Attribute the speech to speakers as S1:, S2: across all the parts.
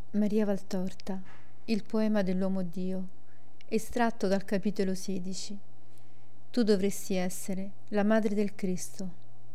S1: Maria Valtorta, il poema dell'uomo Dio, estratto dal capitolo 16. Tu dovresti essere la madre del Cristo.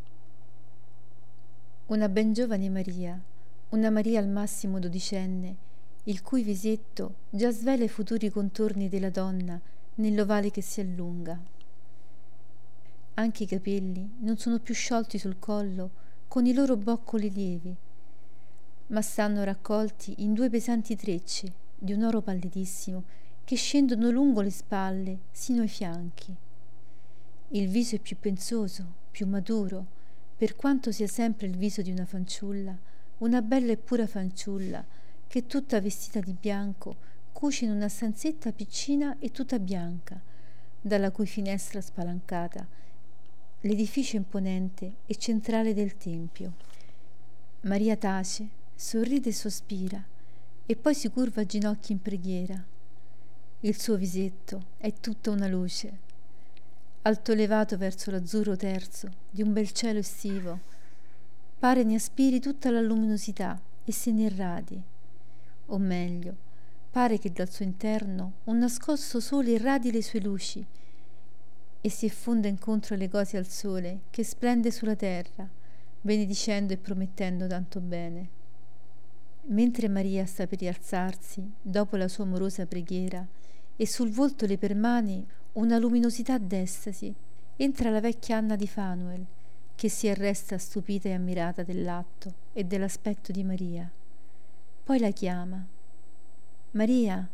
S1: Una ben giovane Maria, una Maria al massimo dodicenne, il cui visetto già svela i futuri contorni della donna nell'ovale che si allunga. Anche i capelli non sono più sciolti sul collo con i loro boccoli lievi, ma stanno raccolti in due pesanti trecce di un oro pallidissimo che scendono lungo le spalle sino ai fianchi. Il viso è più pensoso, più maturo, per quanto sia sempre il viso di una fanciulla, una bella e pura fanciulla che tutta vestita di bianco cuce in una stanzetta piccina e tutta bianca, dalla cui finestra spalancata l'edificio imponente e centrale del tempio. Maria tace, sorride e sospira, e poi si curva a ginocchio in preghiera. Il suo visetto è tutta una luce, alto elevato verso l'azzurro terzo di un bel cielo estivo. Pare ne aspiri tutta la luminosità e se ne irradi. O meglio, pare che dal suo interno un nascosto sole irradi le sue luci e si effonda incontro alle cose al sole che splende sulla terra, benedicendo e promettendo tanto bene. Mentre Maria sta per rialzarsi dopo la sua amorosa preghiera e sul volto le permane una luminosità d'estasi, entra la vecchia Anna di Fanuel, che si arresta stupita e ammirata dell'atto e dell'aspetto di Maria. Poi la chiama: Maria!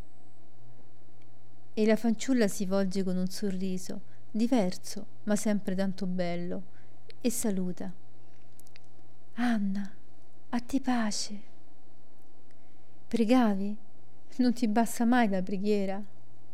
S1: E la fanciulla si volge con un sorriso diverso, ma sempre tanto bello, e saluta: Anna, a te pace. Pregavi? Non ti basta mai la preghiera?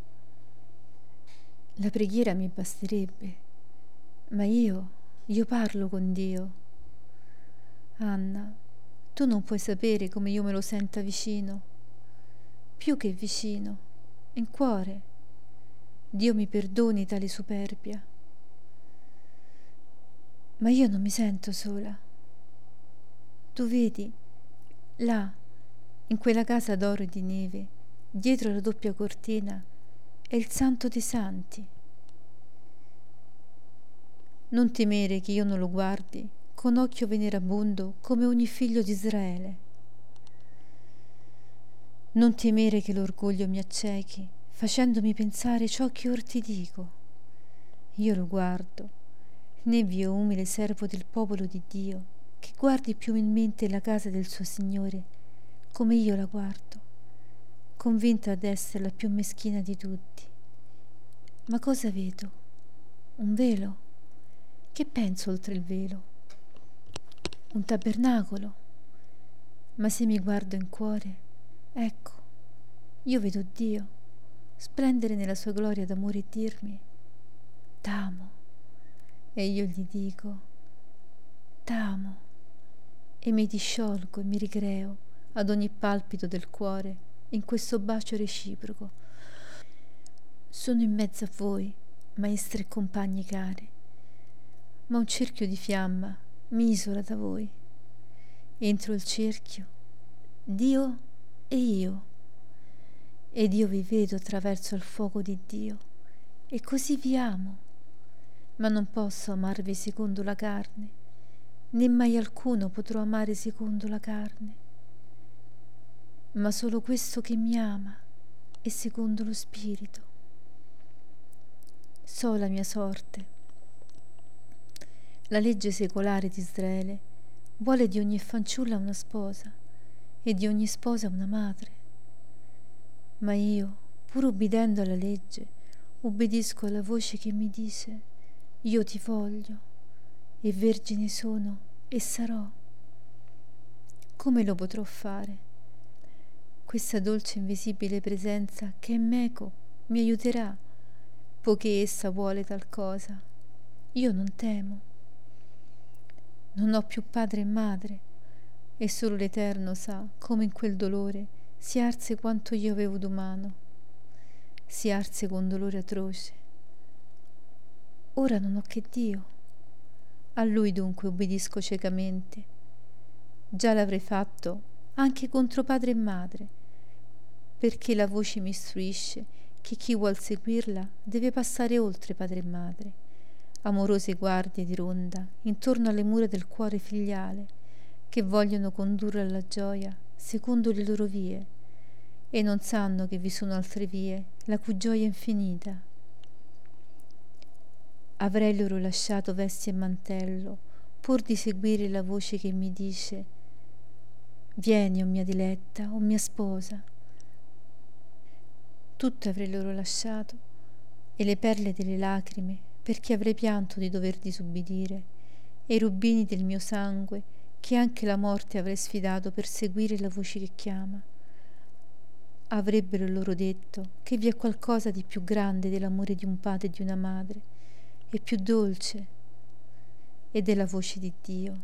S1: La preghiera mi basterebbe, ma io parlo con Dio. Anna, tu non puoi sapere come io me lo senta vicino, più che vicino, in cuore. Dio mi perdoni tale superbia. Ma io non mi sento sola. Tu vedi, là, in quella casa d'oro e di neve, dietro la doppia cortina, è il Santo dei Santi. Non temere che io non lo guardi con occhio venerabondo come ogni figlio di Israele. Non temere che l'orgoglio mi accechi, facendomi pensare ciò che or ti dico. Io lo guardo, né v'io umile servo del popolo di Dio, che guardi più umilmente la casa del suo Signore, come io la guardo, convinta d'essere la più meschina di tutti. Ma cosa vedo? Un velo? Che penso oltre il velo? Un tabernacolo? Ma se mi guardo in cuore, ecco, io vedo Dio splendere nella sua gloria d'amore e dirmi: t'amo. E io gli dico: t'amo. E mi disciolgo e mi ricreo ad ogni palpito del cuore in questo bacio reciproco. Sono in mezzo a voi, maestre e compagni cari, ma un cerchio di fiamma mi isola da voi. Entro il cerchio, Dio e io, ed io vi vedo attraverso il fuoco di Dio, e così vi amo, ma non posso amarvi secondo la carne, né mai alcuno potrò amare secondo la carne, ma solo questo che mi ama e secondo lo Spirito. So la mia sorte. La legge secolare di Israele vuole di ogni fanciulla una sposa e di ogni sposa una madre. Ma io, pur ubbidendo alla legge, ubbidisco alla voce che mi dice: io ti voglio, e vergine sono e sarò. Come lo potrò fare? Questa dolce invisibile presenza che è meco mi aiuterà, poiché essa vuole tal cosa. Io non temo. Non ho più padre e madre, e solo l'Eterno sa come in quel dolore si arse quanto io avevo d'umano. Si arse con dolore atroce. Ora non ho che Dio. A Lui dunque obbedisco ciecamente. Già l'avrei fatto anche contro padre e madre, perché la voce mi istruisce che chi vuol seguirla deve passare oltre padre e madre, amorose guardie di ronda intorno alle mura del cuore filiale, che vogliono condurre alla gioia secondo le loro vie, e non sanno che vi sono altre vie, la cui gioia è infinita. Avrei loro lasciato vesti e mantello, pur di seguire la voce che mi dice: vieni, o mia diletta, o mia sposa. Tutto avrei loro lasciato, e le perle delle lacrime, perché avrei pianto di dover disubbidire, e i rubini del mio sangue, che anche la morte avrei sfidato per seguire la voce che chiama. Avrebbero loro detto che vi è qualcosa di più grande dell'amore di un padre e di una madre, e più dolce, ed è la voce di Dio.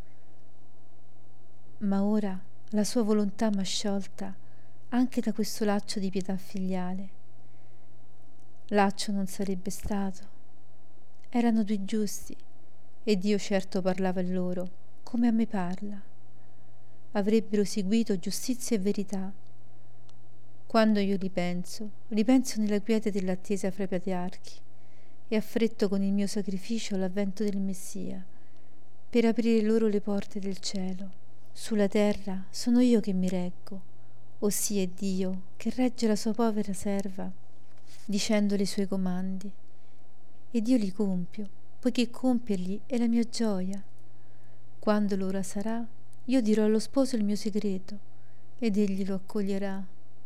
S1: Ma ora la sua volontà m'ha sciolta anche da questo laccio di pietà filiale. Laccio non sarebbe stato. Erano due giusti, e Dio certo parlava a loro, come a me parla. Avrebbero seguito giustizia e verità. Quando io ripenso nella quiete dell'attesa fra i patriarchi, e affretto con il mio sacrificio l'avvento del Messia, per aprire loro le porte del cielo. Sulla terra sono io che mi reggo, ossia è Dio che regge la sua povera serva, dicendole i suoi comandi, ed io li compio, poiché compierli è la mia gioia. Quando l'ora sarà, io dirò allo sposo il mio segreto, ed egli lo accoglierà.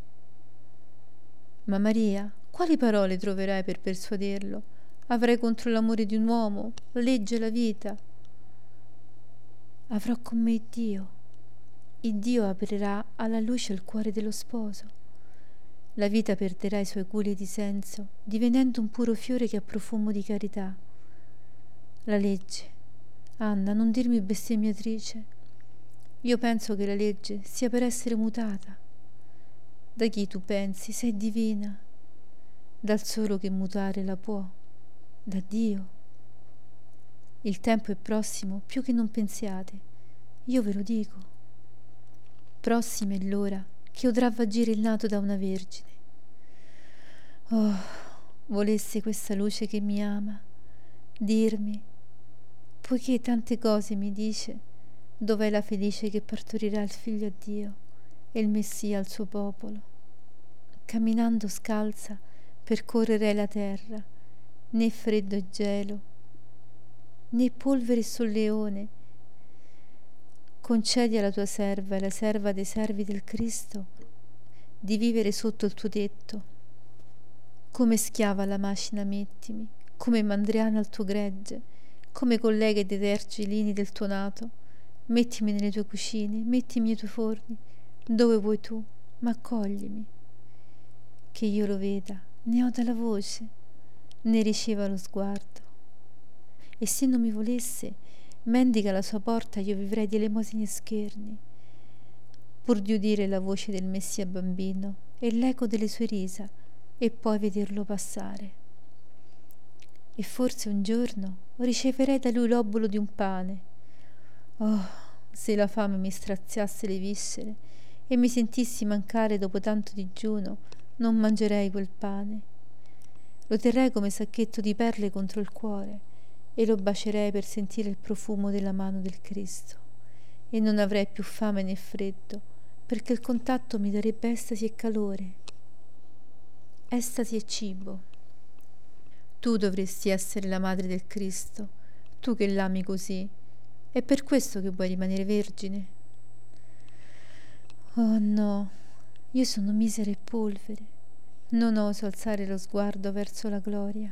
S1: Ma Maria, quali parole troverai per persuaderlo? Avrai contro l'amore di un uomo, la legge e la vita. Avrò con me Dio. Il Dio aprirà alla luce il cuore dello sposo. La vita perderà i suoi culi di senso, divenendo un puro fiore che ha profumo di carità. La legge. Anna, non dirmi bestemmiatrice. Io penso che la legge sia per essere mutata. Da chi tu pensi? Sei divina. Dal solo che mutare la può. Da Dio. Il tempo è prossimo più che non pensiate. Io ve lo dico. Prossima è l'ora che udrà vagire il nato da una vergine. Oh, volesse questa luce che mi ama dirmi, poiché tante cose mi dice, dov'è la felice che partorirà il figlio a Dio e il Messia al suo popolo. Camminando scalza percorrerei la terra, né freddo e gelo, né polvere e solleone. Concedi alla tua serva e alla serva dei servi del Cristo di vivere sotto il tuo tetto. Come schiava alla macina mettimi, come mandriana al tuo gregge, come collega ed etergi lini del tuo nato. Mettimi nelle tue cucine, mettimi nei tuoi forni, dove vuoi tu, ma accoglimi. Che io lo veda, ne oda la voce, ne riceva lo sguardo. E se non mi volesse, mendica alla sua porta, io vivrei di elemosini e scherni, pur di udire la voce del Messia bambino e l'eco delle sue risa, e poi vederlo passare. E forse un giorno riceverei da lui l'obolo di un pane. Oh, se la fame mi straziasse le viscere e mi sentissi mancare dopo tanto digiuno, non mangerei quel pane. Lo terrei come sacchetto di perle contro il cuore e lo bacerei per sentire il profumo della mano del Cristo, e non avrei più fame né freddo, perché il contatto mi darebbe estasi e calore. Estasi e cibo. Tu dovresti essere la madre del Cristo, tu che l'ami così. È per questo che vuoi rimanere vergine? Oh no, io sono misera e polvere, non oso alzare lo sguardo verso la gloria.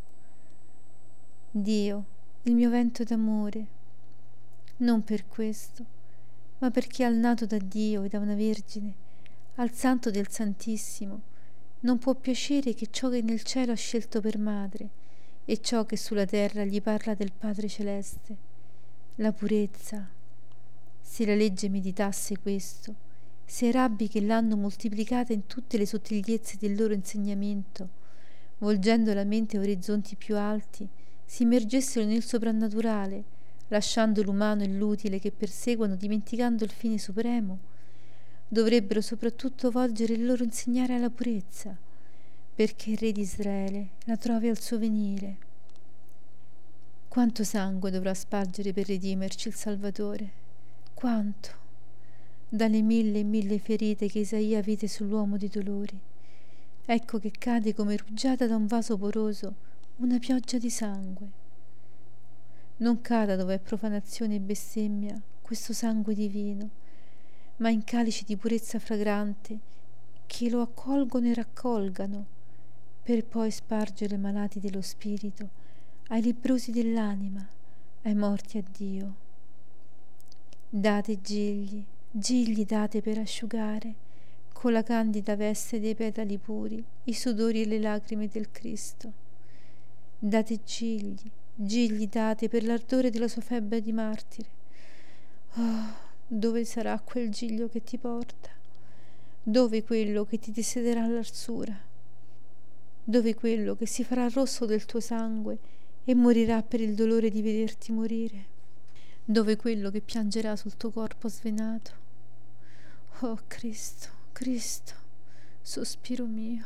S1: Dio, il mio vento d'amore, non per questo, ma perché al nato da Dio e da una vergine, al santo del Santissimo, non può piacere che ciò che nel cielo ha scelto per madre e ciò che sulla terra gli parla del Padre Celeste, la purezza. Se la legge meditasse questo, se i rabbi che l'hanno moltiplicata in tutte le sottigliezze del loro insegnamento, volgendo la mente a orizzonti più alti, si immergessero nel soprannaturale, lasciando l'umano e l'utile che perseguono, dimenticando il fine supremo, dovrebbero soprattutto volgere il loro insegnare alla purezza, perché il Re di Israele la trovi al suo venire. Quanto sangue dovrà spargere per redimerci il Salvatore? Quanto? Dalle 1000 e 1000 ferite che Isaia vide sull'uomo di dolori. Ecco che cade come rugiada da un vaso poroso una pioggia di sangue. Non cada dove è profanazione e bestemmia questo sangue divino, ma in calici di purezza fragrante che lo accolgono e raccolgano, per poi spargere ai malati dello spirito, ai lebbrosi dell'anima, ai morti a Dio. Date gigli, gigli date per asciugare, con la candida veste dei petali puri, i sudori e le lacrime del Cristo. Date gigli, gigli date per l'ardore della sua febbre di martire. Oh, dove sarà quel giglio che ti porta? Dove quello che ti desiderà l'arsura? Dove quello che si farà rosso del tuo sangue e morirà per il dolore di vederti morire? Dove quello che piangerà sul tuo corpo svenato? Oh Cristo, Cristo, sospiro mio.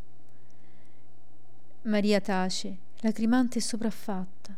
S1: Maria tace, lacrimante e sopraffatta.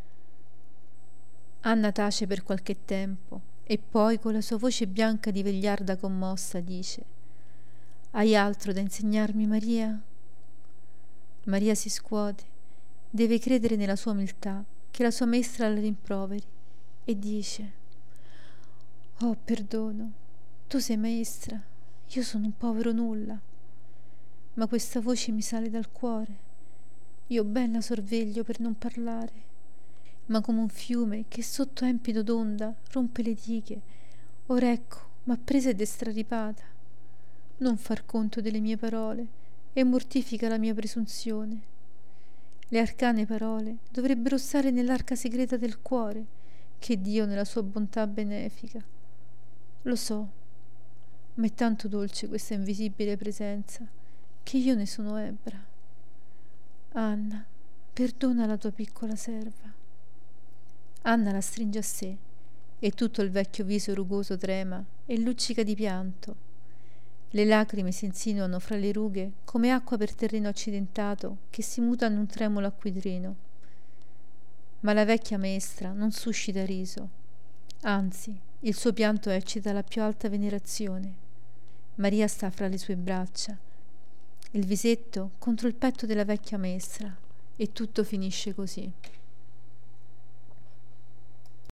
S1: Anna tace per qualche tempo e poi con la sua voce bianca di vegliarda commossa dice: «Hai altro da insegnarmi, Maria?» Maria si scuote, deve credere nella sua umiltà, che la sua maestra la rimproveri, e dice: «Oh, perdono, tu sei maestra, io sono un povero nulla, ma questa voce mi sale dal cuore, io ben la sorveglio per non parlare, ma come un fiume che sotto empido d'onda rompe le dighe, ora ecco m'ha presa ed è straripata. Non far conto delle mie parole e mortifica la mia presunzione. Le arcane parole dovrebbero stare nell'arca segreta del cuore, che Dio nella sua bontà benefica. Lo so, ma è tanto dolce questa invisibile presenza che io ne sono ebbra. Anna, perdona la tua piccola serva». Anna la stringe a sé e tutto il vecchio viso rugoso trema e luccica di pianto. Le lacrime si insinuano fra le rughe come acqua per terreno accidentato che si muta in un tremulo acquidrino. Ma la vecchia maestra non suscita riso, anzi il suo pianto eccita la più alta venerazione. Maria sta fra le sue braccia, il visetto contro il petto della vecchia maestra, e tutto finisce così.